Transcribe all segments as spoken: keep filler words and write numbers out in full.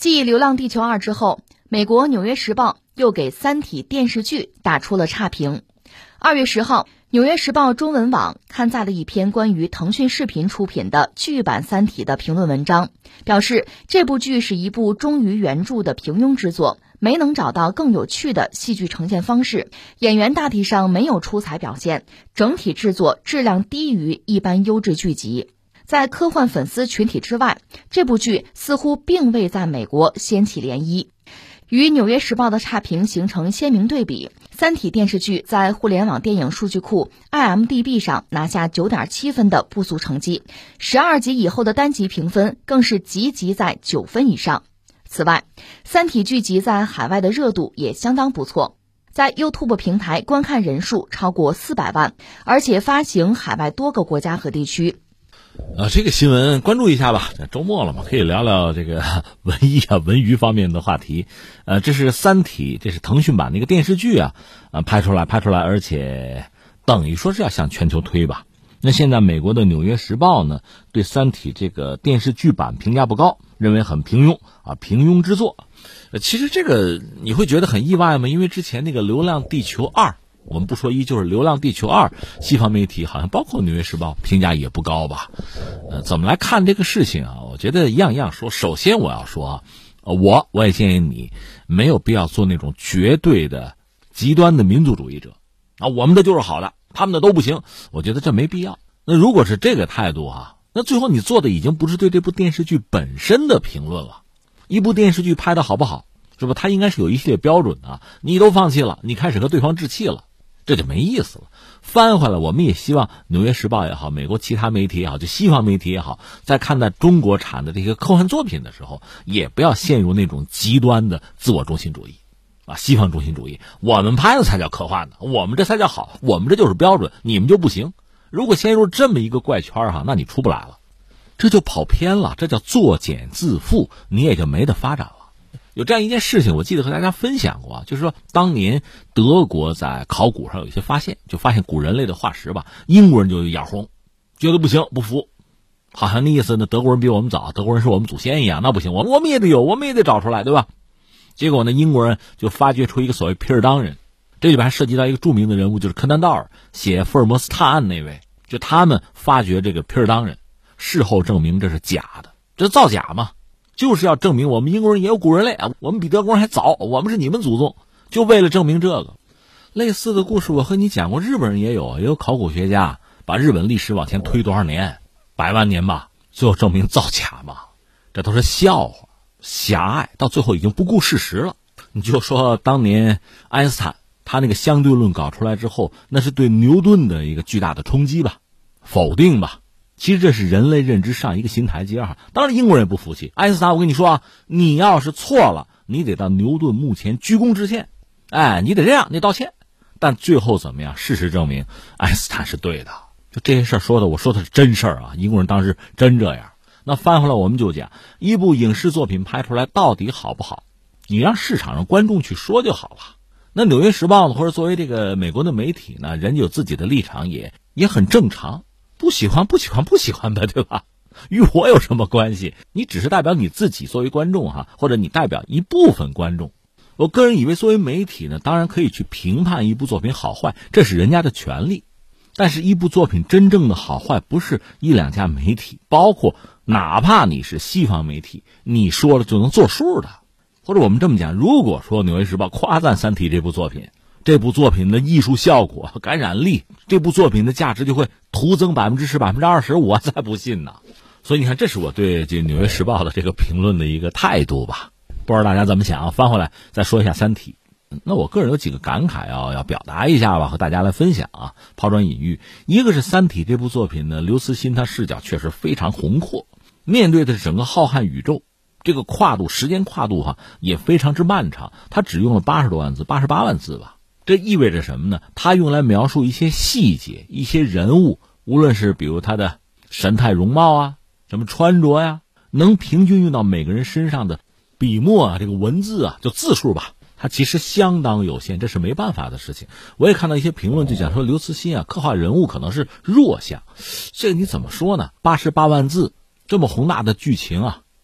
继《流浪地球二》之后，美国《纽约时报》又给《三体》电视剧打出了差评。二月十号，《纽约时报》中文网刊载了一篇关于腾讯视频出品的剧版《三体》的评论文章，表示这部剧是一部忠于原著的平庸之作，没能找到更有趣的戏剧呈现方式，演员大体上没有出彩表现，整体制作质量低于一般优质剧集。在科幻粉丝群体之外，这部剧似乎并未在美国掀起涟漪。与《纽约时报》的差评形成鲜明对比，《三体》电视剧在互联网电影数据库 I M D B 上拿下 九点七 分的不俗成绩，十二集以后的单集评分更是集集在九分以上。此外，《三体》剧集在海外的热度也相当不错，在 YouTube 平台观看人数超过四百万，而且发行海外多个国家和地区。 呃，这个新闻关注一下吧。周末了嘛，可以聊聊这个文艺啊、文娱方面的话题。呃，这是《三体》，这是腾讯版的一个电视剧啊，呃，拍出来，拍出来，而且等于说是要向全球推吧。那现在美国的《纽约时报》呢，对《三体》这个电视剧版评价不高，认为很平庸啊，平庸之作。呃，其实这个你会觉得很意外吗？因为之前那个《流浪地球二》。我们不说一，就是《流浪地球二》，西方媒体好像包括《纽约时报》评价也不高吧？呃，怎么来看这个事情啊？我觉得一样一样说。首先我要说啊，我我也建议你没有必要做那种绝对的极端的民族主义者啊，我们的就是好的，他们的都不行。我觉得这没必要。那如果是这个态度啊，那最后你做的已经不是对这部电视剧本身的评论了。一部电视剧拍的好不好，是吧？它应该是有一系列标准的。你都放弃了，你开始和对方置气了。这就没意思了。翻回来，我们也希望《纽约时报》也好，美国其他媒体也好，就西方媒体也好，在看待中国产的这些科幻作品的时候，也不要陷入那种极端的自我中心主义啊，西方中心主义。我们拍的才叫科幻呢，我们这才叫好，我们这就是标准，你们就不行。如果陷入这么一个怪圈哈，那你出不来了，这就跑偏了，这叫作茧自缚，你也就没得发展了。有这样一件事情，我记得和大家分享过，就是说当年德国在考古上有一些发现，就发现古人类的化石吧，英国人就眼红，觉得不行，不服，好像那意思呢，德国人比我们早，德国人是我们祖先一样，那不行，我我们也得有，我们也得找出来，对吧？结果呢，英国人就发掘出一个所谓皮尔当人，这里边还涉及到一个著名的人物，就是柯南道尔写福尔摩斯探案那位，就他们发掘这个皮尔当人，事后证明这是假的，这造假嘛。就是要证明我们英国人也有古人类啊，我们比德国人还早，我们是你们祖宗，就为了证明这个。类似的故事我和你讲过，日本人也有，也有考古学家把日本历史往前推多少年，百万年吧，最后证明造假嘛，这都是笑话，狭隘，到最后已经不顾事实了。你就说当年爱因斯坦他那个相对论搞出来之后，那是对牛顿的一个巨大的冲击吧，否定吧。其实这是人类认知上一个新台阶哈，当然英国人也不服气。爱因斯坦，我跟你说啊，你要是错了，你得到牛顿墓前鞠躬致歉，哎，你得这样，你道歉。但最后怎么样？事实证明，爱因斯坦是对的。就这些事儿说的，我说的是真事儿啊，英国人当时真这样。那翻回来我们就讲，一部影视作品拍出来到底好不好，你让市场上观众去说就好了。那《纽约时报》呢，或者作为这个美国的媒体呢，人家有自己的立场，也也很正常。不喜欢不喜欢不喜欢的，对吧？与我有什么关系？你只是代表你自己作为观众哈，或者你代表一部分观众。我个人以为作为媒体呢，当然可以去评判一部作品好坏，这是人家的权利。但是一部作品真正的好坏，不是一两家媒体，包括哪怕你是西方媒体，你说了就能作数的。或者我们这么讲，如果说《纽约时报》夸赞《三体》这部作品，这部作品的艺术效果、感染力，这部作品的价值就会徒增百分之十、百分之二十，我才不信呢。所以你看，这是我对这《纽约时报》的这个评论的一个态度吧。不知道大家怎么想？翻回来再说一下《三体》。那我个人有几个感慨要要表达一下吧，和大家来分享啊，抛砖引玉。一个是《三体》这部作品呢，刘慈欣他视角确实非常宏阔，面对的是整个浩瀚宇宙。这个跨度时间跨度哈、啊、也非常之漫长，他只用了八十多万字，八十八万字吧。这意味着什么呢？他用来描述一些细节，一些人物，无论是比如他的神态容貌啊，什么穿着呀，能平均用到每个人身上的笔墨啊，这个文字啊，就字数吧，它其实相当有限，这是没办法的事情。我也看到一些评论就讲说刘慈欣啊，刻画人物可能是弱项，这个你怎么说呢？八十八万字这么宏大的剧情啊，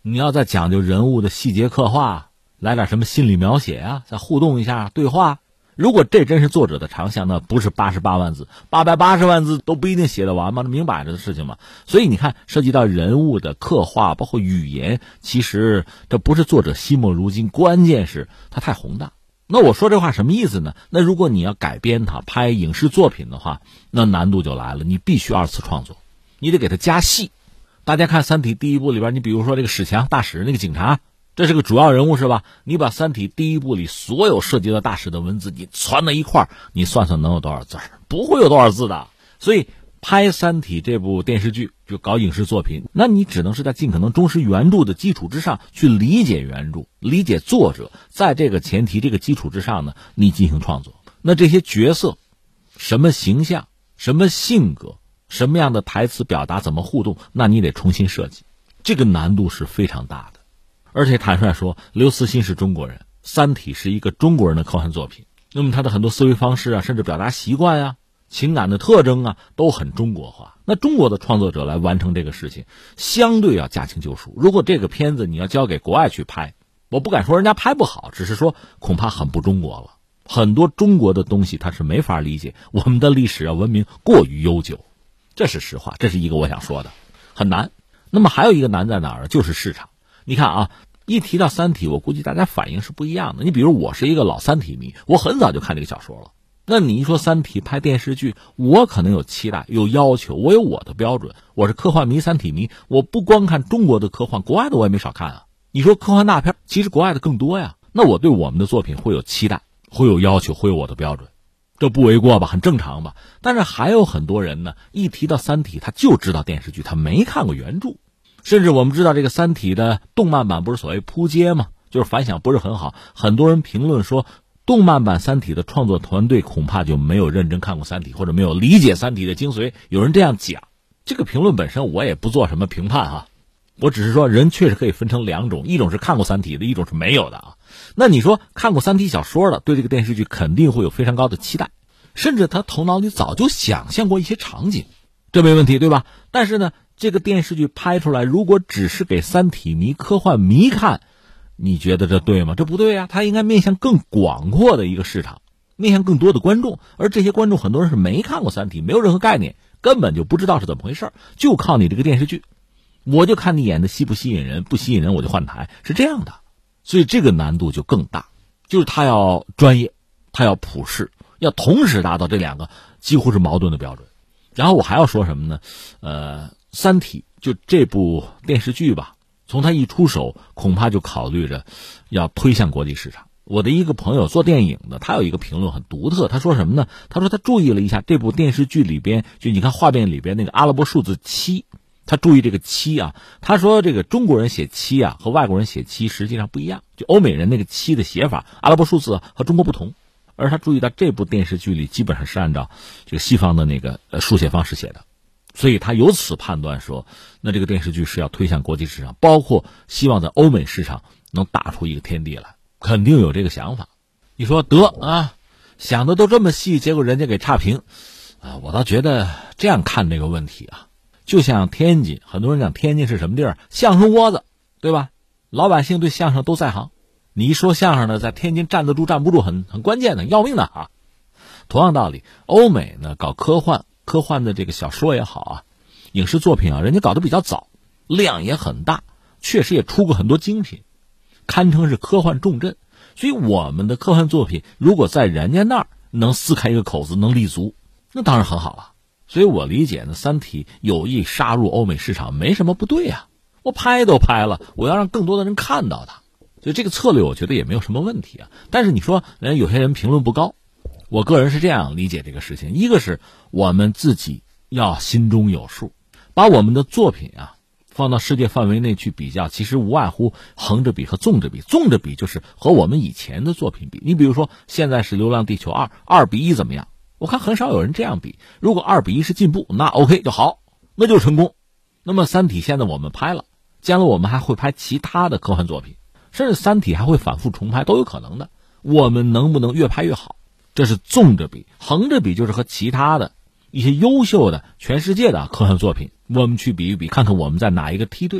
你要再讲究人物的细节刻画，来点什么心理描写啊，再互动一下对话。如果这真是作者的长项，那不是八十八万字，八百八十万字都不一定写得完嘛，这明摆着的事情嘛。所以你看，涉及到人物的刻画，包括语言，其实这不是作者惜墨如金，关键是它太宏大。那我说这话什么意思呢？那如果你要改编它，拍影视作品的话，那难度就来了，你必须二次创作，你得给它加戏。大家看《三体》第一部里边，你比如说这个史强大使那个警察，这是个主要人物是吧？你把《三体》第一部里所有涉及到大使的文字你攒在一块儿，你算算能有多少字？不会有多少字的。所以拍《三体》这部电视剧，就搞影视作品，那你只能是在尽可能忠实原著的基础之上去理解原著，理解作者，在这个前提这个基础之上呢，你进行创作。那这些角色什么形象，什么性格，什么样的台词表达，怎么互动，那你得重新设计，这个难度是非常大的。而且坦率说，刘慈欣是中国人，《三体》是一个中国人的科幻作品，那么他的很多思维方式啊，甚至表达习惯啊，情感的特征啊，都很中国化。那中国的创作者来完成这个事情，相对要驾轻就熟。如果这个片子你要交给国外去拍，我不敢说人家拍不好，只是说恐怕很不中国了。很多中国的东西他是没法理解，我们的历史啊文明过于悠久，这是实话，这是一个我想说的，很难。那么还有一个难在哪儿？就是市场。你看啊，一提到《三体》，我估计大家反应是不一样的。你比如我是一个老《三体》迷，我很早就看这个小说了。那你一说《三体》拍电视剧，我可能有期待，有要求，我有我的标准。我是科幻迷、三体迷，我不光看中国的科幻，国外的我也没少看啊。你说科幻大片，其实国外的更多呀。那我对我们的作品会有期待，会有要求，会有我的标准，这不为过吧？很正常吧？但是还有很多人呢，一提到《三体》，他就知道电视剧，他没看过原著。甚至我们知道这个《三体》的动漫版不是所谓扑街吗？就是反响不是很好，很多人评论说动漫版《三体》的创作团队恐怕就没有认真看过《三体》，或者没有理解《三体》的精髓。有人这样讲，这个评论本身我也不做什么评判啊，我只是说人确实可以分成两种，一种是看过《三体》的，一种是没有的啊。那你说看过《三体》小说的，对这个电视剧肯定会有非常高的期待，甚至他头脑里早就想象过一些场景，这没问题对吧？但是呢，这个电视剧拍出来，如果只是给三体迷、科幻迷看，你觉得这对吗？这不对啊，它应该面向更广阔的一个市场，面向更多的观众。而这些观众很多人是没看过三体，没有任何概念，根本就不知道是怎么回事，就靠你这个电视剧，我就看你演的吸不吸引人，不吸引人我就换台，是这样的。所以这个难度就更大，就是它要专业，它要普世，要同时达到这两个几乎是矛盾的标准。然后我还要说什么呢？呃，三体就这部电视剧吧，从它一出手，恐怕就考虑着要推向国际市场。我的一个朋友做电影的，他有一个评论很独特，他说什么呢？他说他注意了一下这部电视剧里边，就你看画面里边那个阿拉伯数字七，他注意这个七啊。他说这个中国人写七啊和外国人写七实际上不一样，就欧美人那个七的写法，阿拉伯数字、啊、和中国不同。而他注意到这部电视剧里基本上是按照这个西方的那个呃书写方式写的，所以他由此判断说，那这个电视剧是要推向国际市场，包括希望在欧美市场能打出一个天地来，肯定有这个想法。你说得啊，想的都这么细，结果人家给差评啊！我倒觉得这样看这个问题啊，就像天津，很多人讲天津是什么地儿？相声窝子，对吧？老百姓对相声都在行。你一说相声呢，在天津站得住站不住很很关键的，要命的啊！同样道理，欧美呢搞科幻，科幻的这个小说也好啊，影视作品啊，人家搞得比较早，量也很大，确实也出过很多精品，堪称是科幻重镇。所以我们的科幻作品如果在人家那儿能撕开一个口子，能立足，那当然很好了。所以我理解呢，三体有意杀入欧美市场没什么不对啊，我拍都拍了，我要让更多的人看到它。所以这个策略我觉得也没有什么问题啊。但是你说人有些人评论不高，我个人是这样理解这个事情，一个是我们自己要心中有数，把我们的作品啊放到世界范围内去比较，其实无外乎横着比和纵着比。纵着比就是和我们以前的作品比，你比如说现在是流浪地球二，二比一怎么样？我看很少有人这样比，如果二比一是进步，那 OK 就好，那就是成功。那么三体现在我们拍了，将来我们还会拍其他的科幻作品，甚至三体还会反复重拍，都有可能的。我们能不能越拍越好？这是纵着比。横着比就是和其他的一些优秀的全世界的科幻作品，我们去比一比，看看我们在哪一个梯队。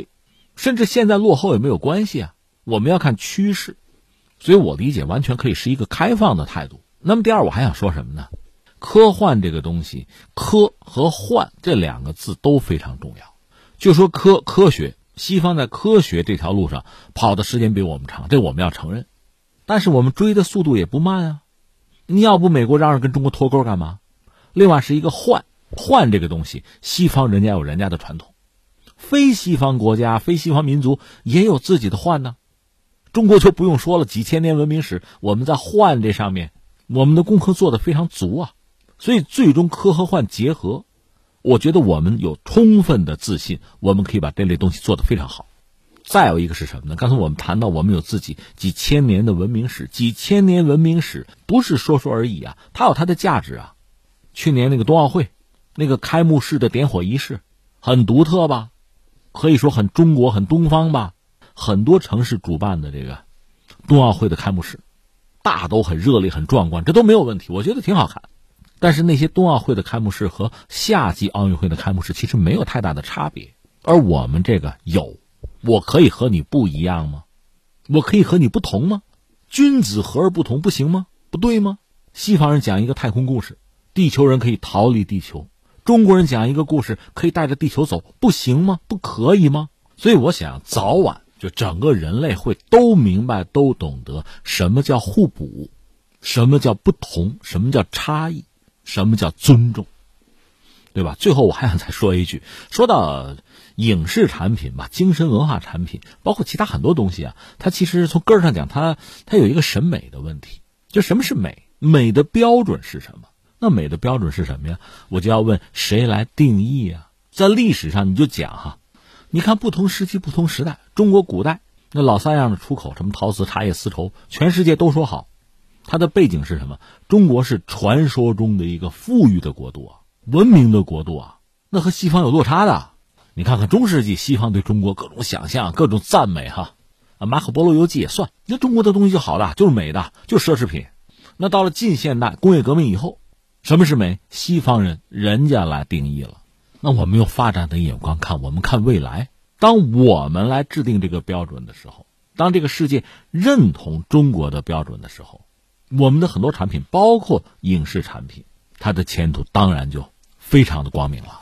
甚至现在落后也没有关系啊，我们要看趋势。所以我理解完全可以是一个开放的态度。那么第二，我还想说什么呢？科幻这个东西，科和幻这两个字都非常重要。就说科科学，西方在科学这条路上跑的时间比我们长，这我们要承认。但是我们追的速度也不慢啊。你要不美国嚷嚷跟中国脱钩干嘛？另外是一个幻，幻这个东西，西方人家有人家的传统，非西方国家、非西方民族也有自己的幻呢。中国就不用说了，几千年文明史，我们在幻这上面，我们的功课做得非常足啊。所以最终科和幻结合，我觉得我们有充分的自信，我们可以把这类东西做得非常好。再有一个是什么呢？刚才我们谈到我们有自己几千年的文明史，几千年文明史不是说说而已啊，它有它的价值啊。去年那个冬奥会，那个开幕式的点火仪式，很独特吧？可以说很中国、很东方吧？很多城市主办的这个冬奥会的开幕式，大都很热烈、很壮观，这都没有问题，我觉得挺好看。但是那些冬奥会的开幕式和夏季奥运会的开幕式其实没有太大的差别，而我们这个有。我可以和你不一样吗？我可以和你不同吗？君子和而不同不行吗？不对吗？西方人讲一个太空故事，地球人可以逃离地球，中国人讲一个故事可以带着地球走，不行吗？不可以吗？所以我想早晚就整个人类会都明白都懂得什么叫互补，什么叫不同，什么叫差异，什么叫尊重，对吧？最后我还想再说一句，说到影视产品吧，精神文化产品，包括其他很多东西啊，它其实从根儿上讲，它它有一个审美的问题。就什么是美？美的标准是什么？那美的标准是什么呀？我就要问谁来定义啊？在历史上你就讲哈，你看不同时期不同时代，中国古代那老三样的出口，什么陶瓷、茶叶、丝绸，全世界都说好。它的背景是什么？中国是传说中的一个富裕的国度啊，文明的国度啊，那和西方有落差的。你看看中世纪西方对中国各种想象，各种赞美哈，啊，马可波罗游记也算，那中国的东西就好的，就是美的，就是奢侈品。那到了近现代工业革命以后，什么是美？西方人人家来定义了。那我们用发展的眼光看，我们看未来，当我们来制定这个标准的时候，当这个世界认同中国的标准的时候，我们的很多产品，包括影视产品，它的前途当然就非常的光明了。